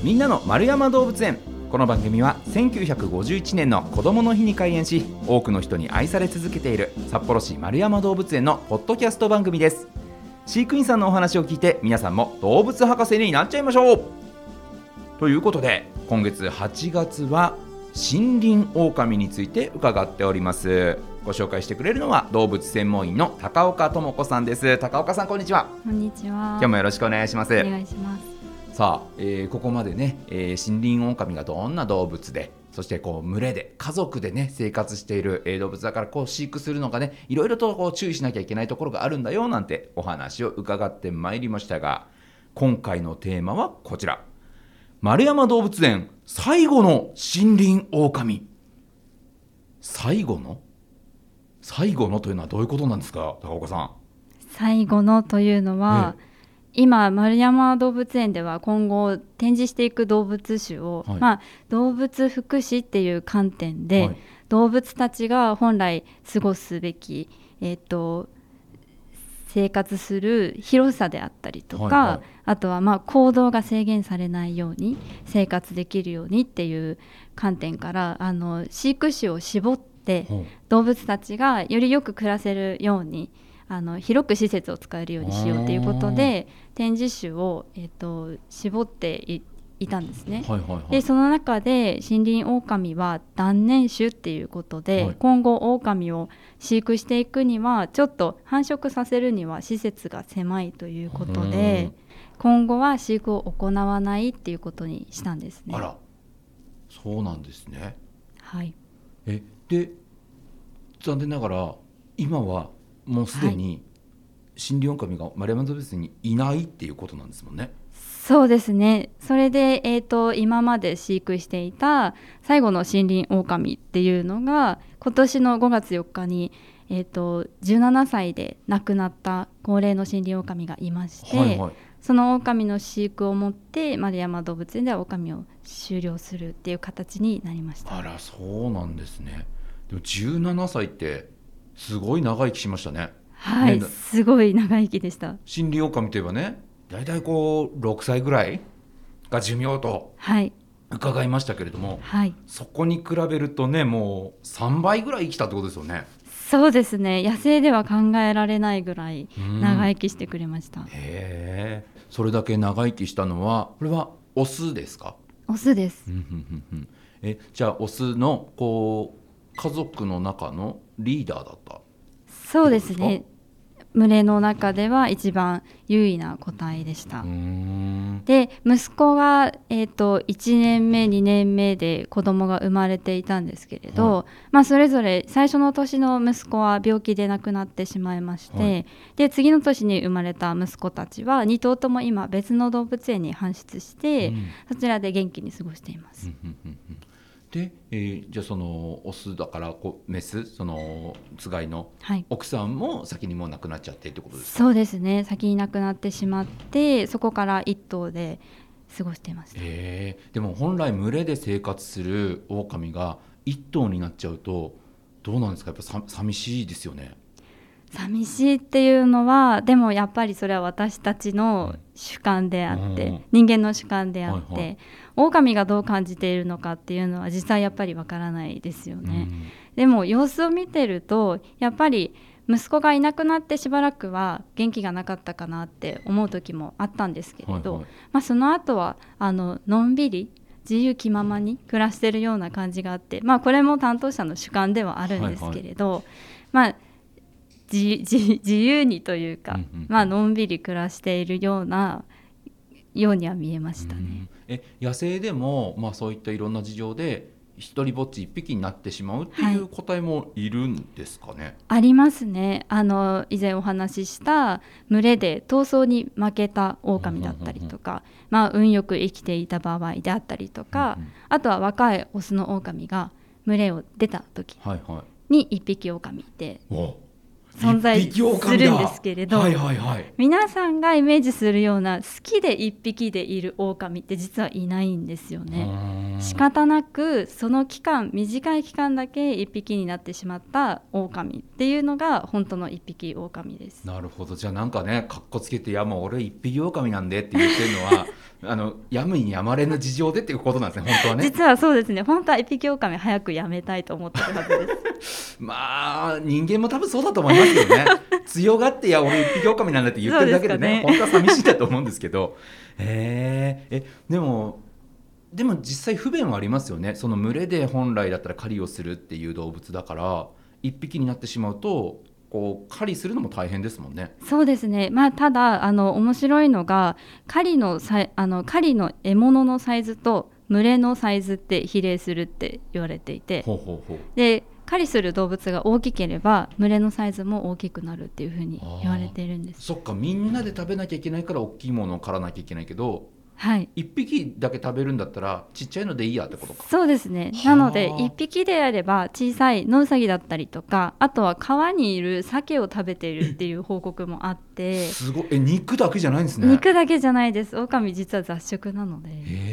みんなの丸山動物園。この番組は1951年の子どもの日に開園し、多くの人に愛され続けている札幌市丸山動物園のポッドキャスト番組です。飼育員さんのお話を聞いて、皆さんも動物博士になっちゃいましょう。ということで、今月8月は森林狼について伺っております。ご紹介してくれるのは動物専門医の高岡智子さんです。高岡さん、こんにちは。 こんにちは。 今日もよろしくお願いします。 お願いします。 さあ、ここまでね、森林狼がどんな動物で、そして群れで家族でね生活している、動物だから飼育するのがね、いろいろと注意しなきゃいけないところがあるんだよなんてお話を伺ってまいりましたが、今回のテーマはこちら。丸山動物園最後の森林狼。最後のというのはどういうことなんですか、高岡さん。 最後のというのは、今丸山動物園では今後展示していく動物種を、動物福祉っていう観点で、動物たちが本来過ごすべき、生活する広さであったりとか、あとは行動が制限されないように生活できるようにっていう観点から、飼育種を絞って動物たちがよりよく暮らせるように、広く施設を使えるようにしようということで展示種を、絞っていたんですね。でその中で森林狼は断念種っていうことで、今後狼を飼育していくにはちょっと繁殖させるには施設が狭いということで、今後は飼育を行わないっていうことにしたんですね。 あら、そうなんですね。 はい。 で、残念ながら今はもうすでに森林狼が丸山動物園にいないっていうことなんですもんね。 そうですね。それで、今まで飼育していた最後の森林狼っていうのが今年の5月4日に、17歳で亡くなった高齢の森林狼がいまして、その狼の飼育をもって丸山動物園では狼を終了するっていう形になりました。 あら、そうなんですね。でも17歳ってすごい長生きしましたね。 はい、すごい長生きでした。 森林狼といえばね、だいたい6歳ぐらいが寿命と伺いましたけれども、そこに比べるとね、もう3倍ぐらい生きたってことですよね。 そうですね。野生では考えられないぐらい長生きしてくれました。 それだけ長生きしたのは、これはオスですか？ オスです。 じゃあオスの家族の中のリーダーだった？ そうですね。群れの中では一番優位な個体でした。で、息子が、1年目2年目で子供が生まれていたんですけれど、それぞれ最初の年の息子は病気で亡くなってしまいまして、で次の年に生まれた息子たちは2頭とも今別の動物園に搬出して、そちらで元気に過ごしています。 で、じゃあそのオスだからメス、そのつがいの奥さんも先にもう亡くなっちゃってってことですか？ そうですね。先に亡くなってしまって、そこから一頭で過ごしていました。 でも本来群れで生活する狼が一頭になっちゃうとどうなんですか？やっぱ寂しいですよね。 寂しいっていうのは、でもやっぱりそれは私たちの主観であって、人間の主観であって、狼がどう感じているのかっていうのは実際やっぱりわからないですよね。でも様子を見てると、やっぱり息子がいなくなってしばらくは元気がなかったかなって思う時もあったんですけれど、その後はのんびり自由気ままに暮らしてるような感じがあって、これも担当者の主観ではあるんですけれど、自由にというか、のんびり暮らしているようには見えましたね。 野生でも、そういったいろんな事情で一人ぼっち一匹になってしまうっていう個体もいるんですかね？ ありますね。以前お話しした群れで闘争に負けた狼だったりとか、運よく生きていた場合であったりとか、あとは若いオスの狼が群れを出た時に一匹狼いて、 存在するんですけれど、 はいはいはい、 皆さんがイメージするような好きで一匹でいる狼って実はいないんですよね。仕方なくその短い期間だけ一匹になってしまった狼っていうのが本当の一匹狼です。 なるほど。じゃあなんかね、かっこつけて、いやもう俺一匹狼なんでって言ってるのはやむにやまれぬ事情でっていうことなんですね、本当はね。 実はそうですね、本当は一匹狼早くやめたいと思ってるはずですまあ人間も多分そうだと思いますけどね強がっていや俺一匹狼なんだって言ってるだけでね、本当は寂しいだと思うんですけどでも実際不便はありますよね。その群れで本来だったら狩りをするっていう動物だから一匹になってしまうとこう狩りするのも大変ですもんね。 そうですね、ただ面白いのが狩りの獲物のサイズと群れのサイズって比例するって言われていて、で狩りする動物が大きければ群れのサイズも大きくなるっていうふうに言われているんです。 そっか、みんなで食べなきゃいけないから大きいものを狩らなきゃいけないけど、 はい、 1匹だけ食べるんだったらちっちゃいのでいいやってことか。 そうですね。なので1匹であれば小さいノウサギだったりとか、あとは川にいる鮭を食べているっていう報告もあってすごい。肉だけじゃないんですね。 肉だけじゃないです。狼実は雑食なので。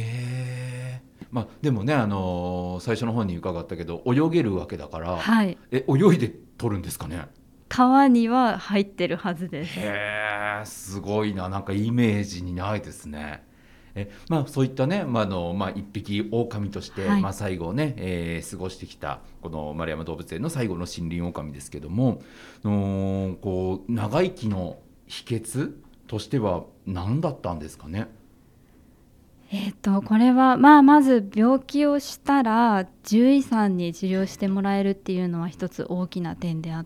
でもね、最初の方に伺ったけど泳げるわけだから、 はい、 泳いで取るんですかね。 川には入ってるはずです。 すごいな。なんかイメージにないですね。そういったね、一匹狼として、 はい、 最後をね、過ごしてきたこの丸山動物園の最後の森林狼ですけども、こう長生きの秘訣としては何だったんですかね。 これはまず病気をしたら獣医さんに治療してもらえるっていうのは一つ大きな点であって、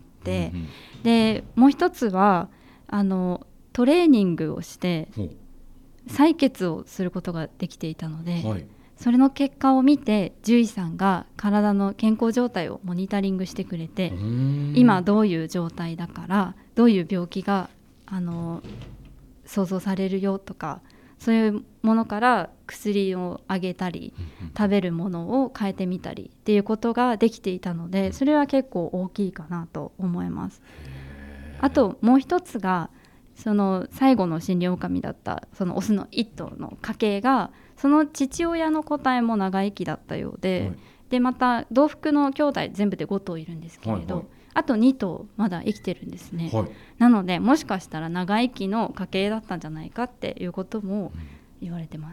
でもう一つはトレーニングをして採血をすることができていたので、それの結果を見て獣医さんが体の健康状態をモニタリングしてくれて、今どういう状態だからどういう病気が想像されるよとか、そういうものから薬をあげたり食べるものを変えてみたりっていうことができていたので、それは結構大きいかなと思います。あともう一つがその最後の森林狼だったそのオスの一頭の家系がその父親の個体も長生きだったようで、でまた同腹の兄弟全部で5頭いるんですけれど、あと2頭まだ生きてるんですね。なのでもしかしたら長生きの家系だったんじゃないかっていうことも言われてます。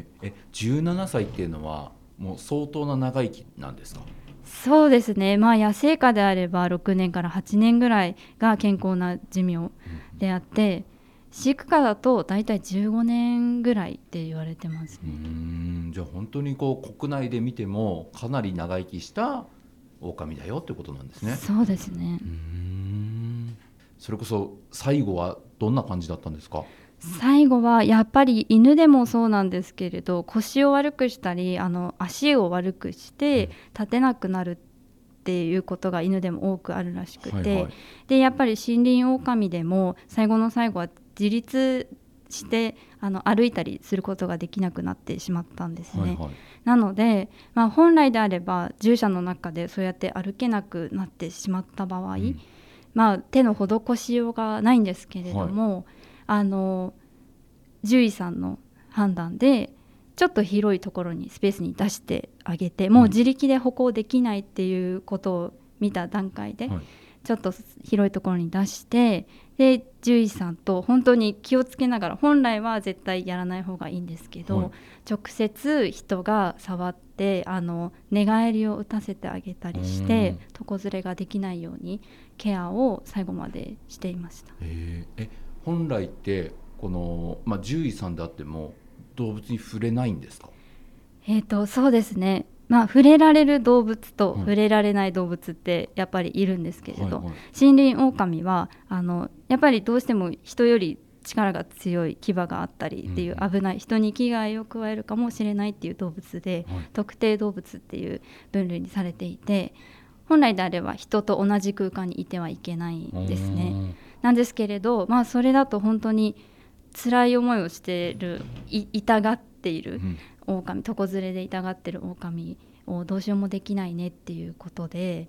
17歳っていうのはもう相当な長生きなんですか。 そうですね、野生下であれば6年から8年ぐらいが健康な寿命であって、飼育下だとだいたい15年ぐらいって言われてますね。 じゃあ本当にこう国内で見てもかなり長生きした狼だよってことなんですね。 そうですね。 それこそ最後はどんな感じだったんですか。 最後はやっぱり犬でもそうなんですけれど、腰を悪くしたり足を悪くして立てなくなるっていうことが犬でも多くあるらしくて、でやっぱり森林狼でも最後の最後は自立して歩いたりすることができなくなってしまったんですね。なので、本来であれば獣舎の中でそうやって歩けなくなってしまった場合、手の施しようがないんですけれども、獣医さんの判断でちょっと広いところにスペースに出してあげて、もう自力で歩行できないっていうことを見た段階で、ちょっと広いところに出して、で獣医さんと本当に気をつけながら、本来は絶対やらない方がいいんですけど、直接人が触って寝返りを打たせてあげたりして床ずれができないようにケアを最後までしていました。 本来ってこの、獣医さんであっても動物に触れないんですか。 そうですね、触れられる動物と触れられない動物ってやっぱりいるんですけれど、森林狼はやっぱりどうしても人より力が強い牙があったりっていう危ない、人に危害を加えるかもしれないっていう動物で、特定動物っていう分類にされていて、本来であれば人と同じ空間にいてはいけないんですね。なんですけれど、それだと本当に辛い思いをしている痛がっている狼、床ずれで痛がってる狼をどうしようもできないねっていうことで、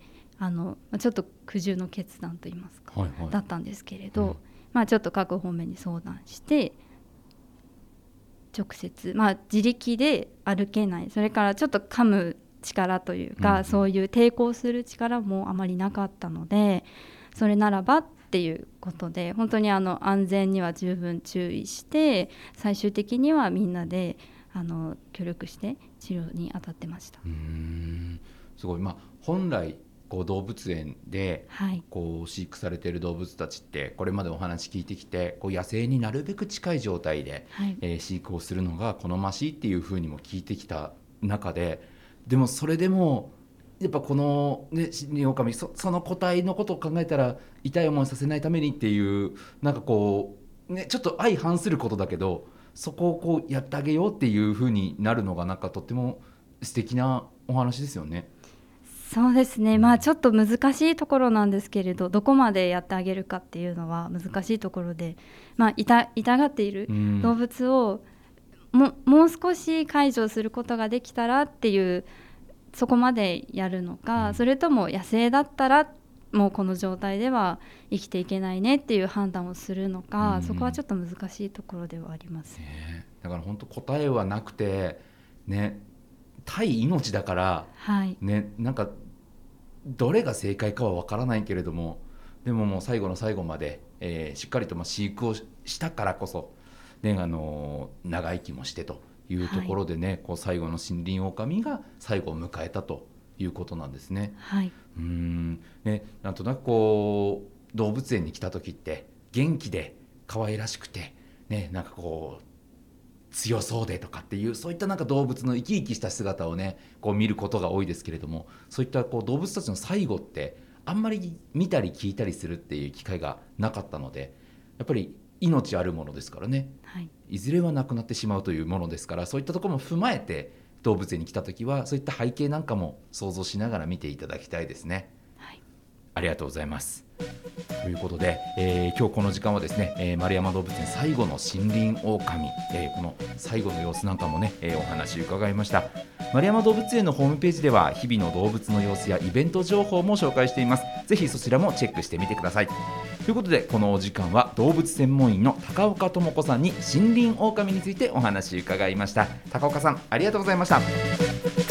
ちょっと苦渋の決断といいますか、だったんですけれど、ちょっと各方面に相談して直接、自力で歩けない、それからちょっと噛む力というか、そういう抵抗する力もあまりなかったので、それならばっていうことで本当に安全には十分注意して、最終的にはみんなで協力して治療に当たってました。 すごい、本来動物園で飼育されている動物たちってこれまでお話聞いてきて野生になるべく近い状態で、飼育をするのが好ましいっていうふうにも聞いてきた中で、でもそれでもやっぱこの、森林狼 その個体のことを考えたら痛い思いさせないためにっていうなんかちょっと相反することだけど、そこをやってあげようっていうふうになるのがなんかとっても素敵なお話ですよね。 そうですね、ちょっと難しいところなんですけれど、どこまでやってあげるかっていうのは難しいところで、痛がっている動物をもう少し介助することができたらっていう、そこまでやるのか、それとも野生だったらもうこの状態では生きていけないねっていう判断をするのか、そこはちょっと難しいところではあります、 だから本当答えはなくて対命だから、なんかどれが正解かは分からないけれども、でももう最後の最後まで、しっかりと飼育をしたからこそ、長生きもしてというところで最後の森林狼が最後を迎えたということなんですね。なんとなく動物園に来た時って元気で可愛らしくて、なんか強そうでとかっていう、そういったなんか動物の生き生きした姿を見ることが多いですけれども、そういった動物たちの最後ってあんまり見たり聞いたりするっていう機会がなかったので、やっぱり命あるものですからね、いずれはなくなってしまうというものですから、そういったところも踏まえて動物園に来た時はそういった背景なんかも想像しながら見ていただきたいですね。ありがとうございます。ということで、今日この時間はですね、丸山動物園最後の森林狼、この最後の様子なんかもお話伺いました。丸山動物園のホームページでは日々の動物の様子やイベント情報も紹介しています。ぜひそちらもチェックしてみてください。ということで、このお時間は動物専門員の高岡智子さんに森林狼についてお話伺いました。高岡さん、ありがとうございました。